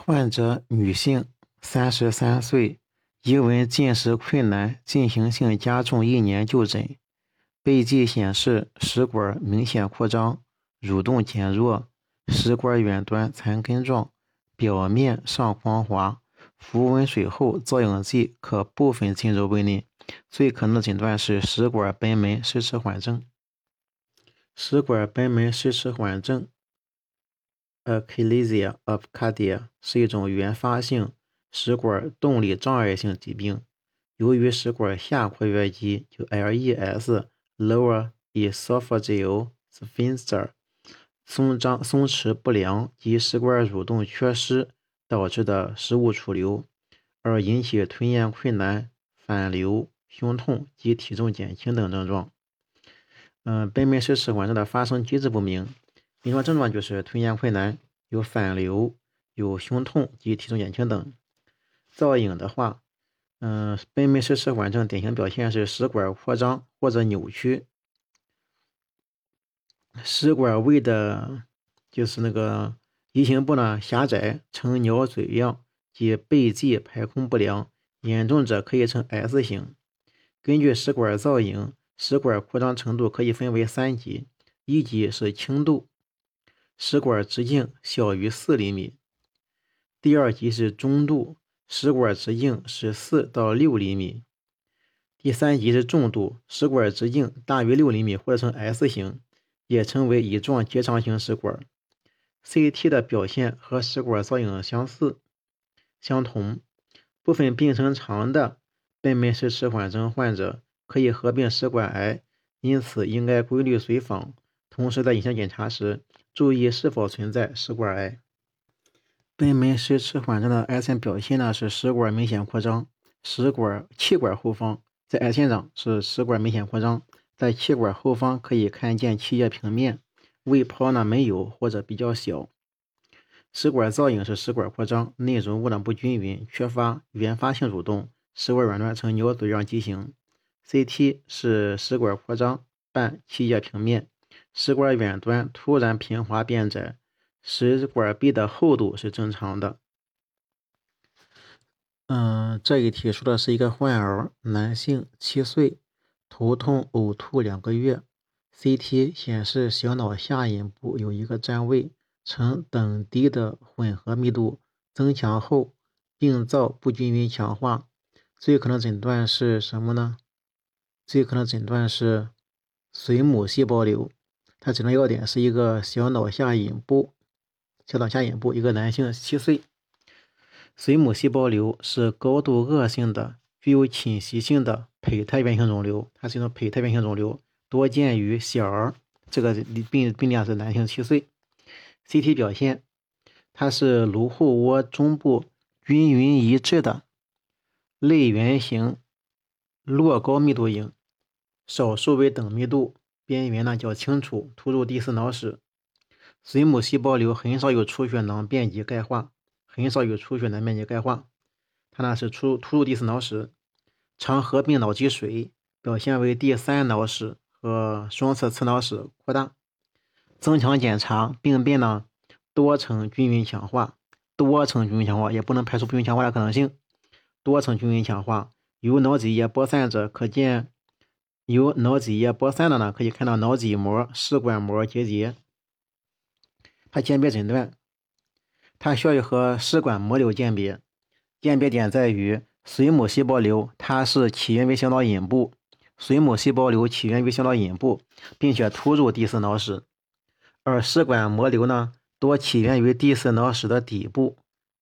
患者女性，33岁，疑闻进食困难，进行性加重1年就诊。背记显示食管明显扩张，蠕动减弱，食管远端残根状，表面上光滑。服温水后，造影剂可部分进入胃内，最可能的诊断是食管贲门失迟缓症。食管贲门失迟缓症 Achalasia of Cardia 是一种原发性食管动力障碍性疾病，由于食管下括约肌就 LES Lower Esophageal Sphincter 松弛不良及食管蠕动缺失导致的食物储留，而引起吞咽困难、反流、胸痛及体重减轻等症状。贲门失迟缓症的发生机制不明，临床症状就是吞咽困难、有反流、有胸痛及体重减轻等。造影的话，贲门失迟缓症典型表现是食管扩张或者扭曲，食管胃的就是那个移行部呢狭窄，呈鸟嘴样及背迹排空不良，严重者可以呈 S 型。根据食管造影，食管扩张程度可以分为3级，1级是轻度，食管直径小于4厘米；第2级是中度，食管直径是4到6厘米；第3级是重度，食管直径大于6厘米或者呈 S 型，也称为乙状结肠型食管。CT 的表现和食管造影相同，部分病程长的贲门失迟缓症患者可以合并食管癌，因此应该规律随访，同时在影像检查时注意是否存在食管癌。贲门失迟缓症的癌前表现呢是食管明显扩张，气管后方在癌前上是食管明显扩张，在气管后方可以看见气液平面，胃泡呢没有或者比较小。食管造影是食管扩张，内容物呢不均匀，缺乏原发性蠕动，食管远端呈鸟嘴样畸形。CT 是食管扩张伴气液平面，食管远端突然平滑变窄，食管壁的厚度是正常的。这一题说的是一个患儿，男性7岁，头痛呕吐2个月。CT 显示小脑下隐部有一个占位，呈等低的混合密度，增强后病灶不均匀强化。最可能诊断是什么呢？最可能诊断是髓母细胞瘤。它诊断要点是一个小脑下隐部，一个男性7岁。髓母细胞瘤是高度恶性的、具有侵袭性的胚胎原型肿瘤，它是一种胚胎原型肿瘤，多见于小儿。这个病例是男性7岁。CT 表现，它是颅后窝中部均匀一致的类圆形络高密度影，少数为等密度，边缘呢较清楚，突入第4脑室。髓母细胞瘤很少有出血囊遍及钙化，它呢是突入第4脑室，常合并脑积水，表现为第3脑室和双侧次脑室扩大。增强检查，病变呢多呈均匀强化，也不能排除不均匀强化的可能性。多呈均匀强化，由脑脊液播散者可见，由脑脊液播散的呢可以看到脑脊膜、视管膜结节。它鉴别诊断，它需要和食管膜瘤鉴别，鉴别点在于髓母细胞瘤它是起源于小脑隐部，并且突入第4脑室，而食管膜瘤呢多起源于第4脑室的底部，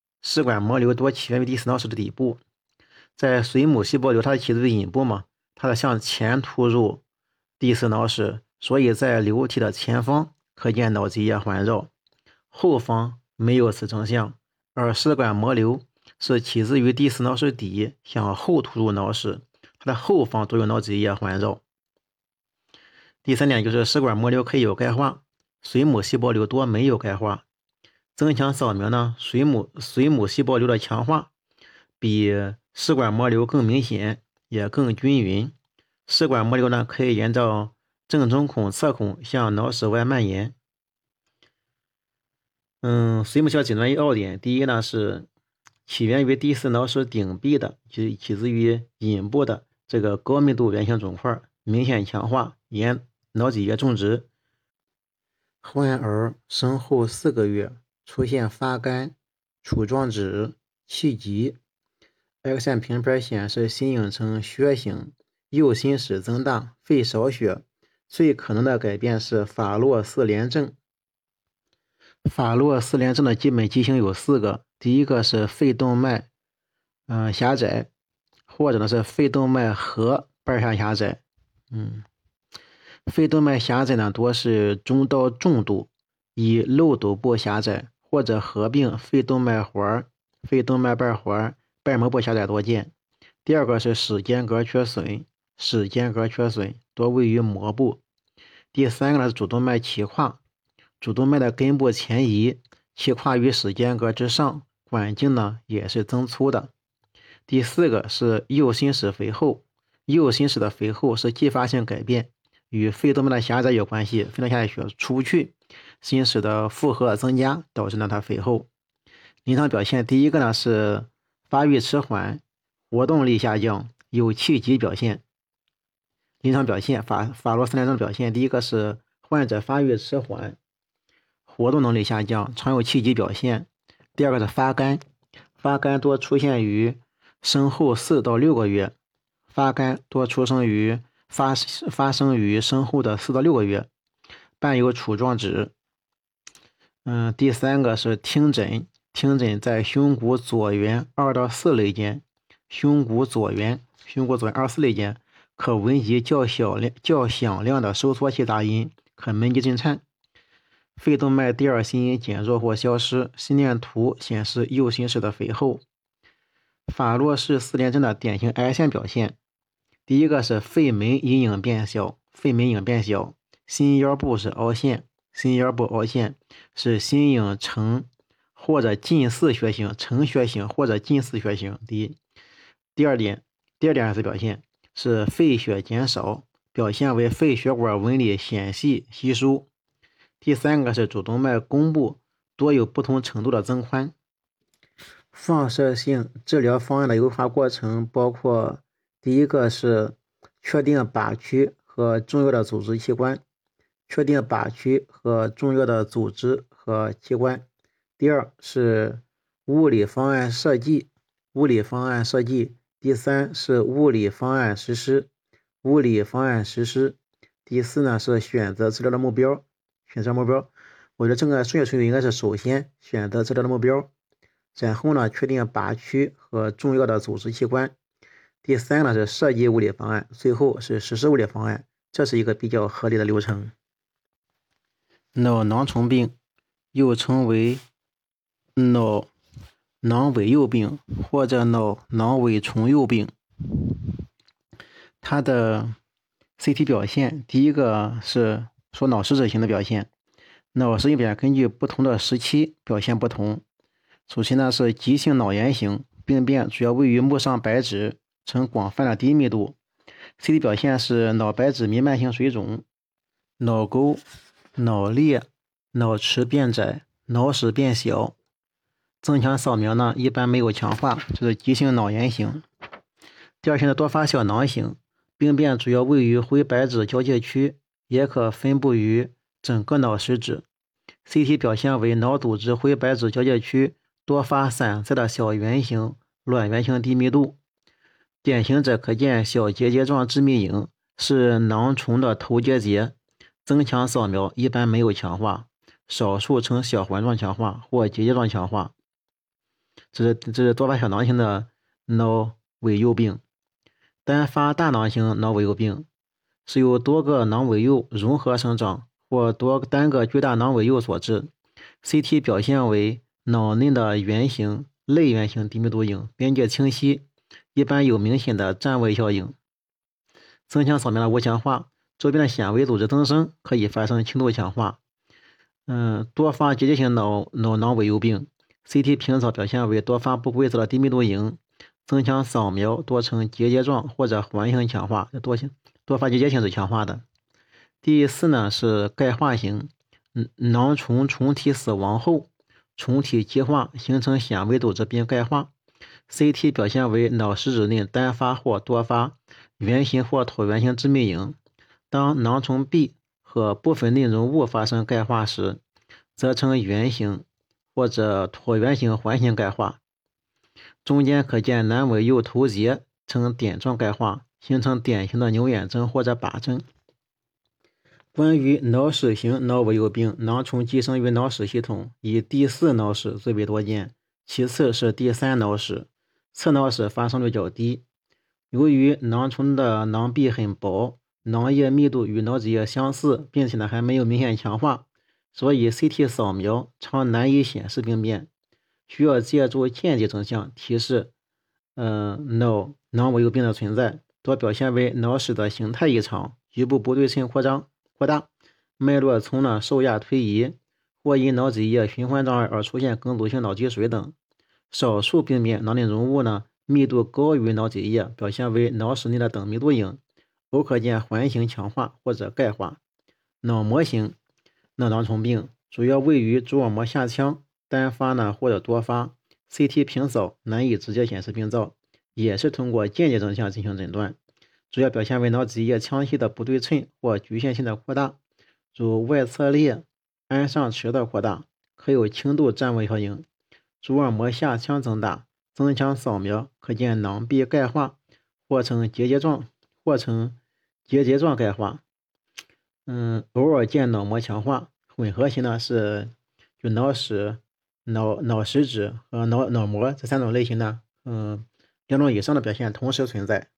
在髓母细胞瘤它起自于隐部嘛，它是向前突入第4脑室，所以在瘤体的前方可见脑脊液环绕，后方没有此征象，而食管膜瘤是起自于第4脑室底向后突入脑室，它的后方都有脑脊液环绕。第3点就是食管膜瘤可以有钙化，髓母细胞瘤多没有钙化。增强扫描呢，髓母细胞瘤的强化比食管膜瘤更明显，也更均匀。食管膜瘤呢可以沿着正中孔、侧孔向脑室外蔓延。 水母小诊断要点，第一呢是起源于第四脑室顶壁的，起自于隐部的这个高密度圆形肿块，明显强化，沿脑脊液种植。患儿生后4个月出现发干、杵状指、气急。X 线平片显示心影呈血型，右心室增大，肺少血。最可能的改变是法洛4联症。法洛4联症的基本畸形有4个，第一个是肺动脉狭窄，或者呢是肺动脉和瓣下狭窄。肺动脉狭窄呢多是中到重度，以漏斗部狭窄或者合并肺动脉环、肺动脉瓣环、瓣膜部狭窄多见。第二个是室间隔缺损，室间隔缺损多位于膜部。第三个呢是主动脉起跨，主动脉的根部前移，起跨于室间隔之上，管径呢也是增粗的。第四个是右心室肥厚，右心室的肥厚是继发性改变，与肺动脉的狭窄有关系，肺动脉狭窄血出去，心室的负荷增加，导致呢它肥厚。临床表现，第一个呢是发育迟缓，活动力下降，有气急表现。临床表现，法洛4联症的表现，第一个是患者发育迟缓，活动能力下降，常有气急表现。第二个是发干，发干多出现于生后4到6个月，发干多发生于生后的4到6个月，伴有杵状指。第三个是听诊，听诊在胸骨左缘2到4肋间，胸骨左缘2到4肋间可闻及较响亮的收缩器杂音，可闷急震颤。肺动脉第二心音减弱或消失，心电图显示右心室的肥厚。法洛氏4联症的典型 X 线表现，第一个是肺门阴影变小，心腰部是凹陷，是心影呈或者近似血型，呈血型或者近似血型。第二点是表现是肺血减少，表现为肺血管纹理显细稀疏。第三个是主动脉弓部多有不同程度的增宽。放射性治疗方案的优化过程包括，第一个是确定靶区和重要的组织器官，第二是物理方案设计，第三是物理方案实施，第四呢是选择治疗的目标。我觉得正确顺序应该是首先选择治疗的目标，然后呢确定靶区和重要的组织器官，第三呢是设计物理方案，最后是实施物理方案，这是一个比较合理的流程。脑囊虫病又称为脑囊萎幼病或者脑囊萎虫幼病，它的 CT 表现，第一个是说脑实质型的表现，脑实质表现根据不同的时期表现不同。首先呢是急性脑炎型，病变主要位于目上白质，呈广泛的低密度。CT 表现是脑白质弥漫性水肿，脑沟、脑裂、脑池变窄，脑室变小。增强扫描呢一般没有强化，这是急性脑炎型。第二型的多发小囊型，病变主要位于灰白质交界区，也可分布于整个脑实质。CT 表现为脑组织灰白质交界区多发散在的小圆形、卵圆形低密度，典型者可见小结节状致密影，是囊虫的头结节。增强扫描一般没有强化，少数呈小环状强化或结节状强化。这是多发小囊型的脑萎幼病。单发大囊型脑萎幼病是由多个囊萎幼融合生长或单个巨大囊萎幼所致。CT 表现为脑内的圆形、类圆形低密度影，边界清晰，一般有明显的占位效应。增强扫描的无强化，周边的纤维组织增生，可以发生轻度强化。多发结节性脑囊萎幼病 CT 平扫表现为多发不规则的低密度影，增强扫描多呈结节状或者环形强化，多发结节性是强化的。第四呢是钙化型，囊虫虫体死亡后充体激化，形成纤维组织并钙化。CT 表现为脑实质内单发或多发、圆形或椭圆形致密影。当囊虫壁和部分内容物发生钙化时，则呈圆形或者椭圆形环形钙化，中间可见阑尾釉头节呈点状钙化，形成典型的牛眼症或者靶症。关于脑室型脑尾釉病，囊虫寄生于脑室系统，以第四脑室最为多见，其次是第三脑室，次脑室发生率较低。由于囊虫的囊壁很薄，囊液密度与脑脊液相似，并且还没有明显强化，所以 CT 扫描常难以显示病变，需要借助间接征象提示脑尾釉病的存在，多表现为脑室的形态异常，局部不对称扩大，脉络从受压推移，或因脑脊液循环障碍而出现梗阻性脑积水等。少数病变脑内容物密度高于脑脊液，表现为脑室内的等密度影，偶可见环形强化或者钙化。脑膜型囊虫病主要位于蛛网膜下腔，单发或者多发， CT 平扫难以直接显示病灶，也是通过间接征象进行诊断，主要表现为脑脊液腔隙的不对称或局限性的扩大，如外侧裂、鞍上池的扩大，可有轻度占位效应。蛛网膜下腔增大，增强扫描可见囊壁钙化，或呈结节状钙化。偶尔见脑膜强化。混合型是就脑室、脑实质和脑膜这三种类型2种以上的表现同时存在。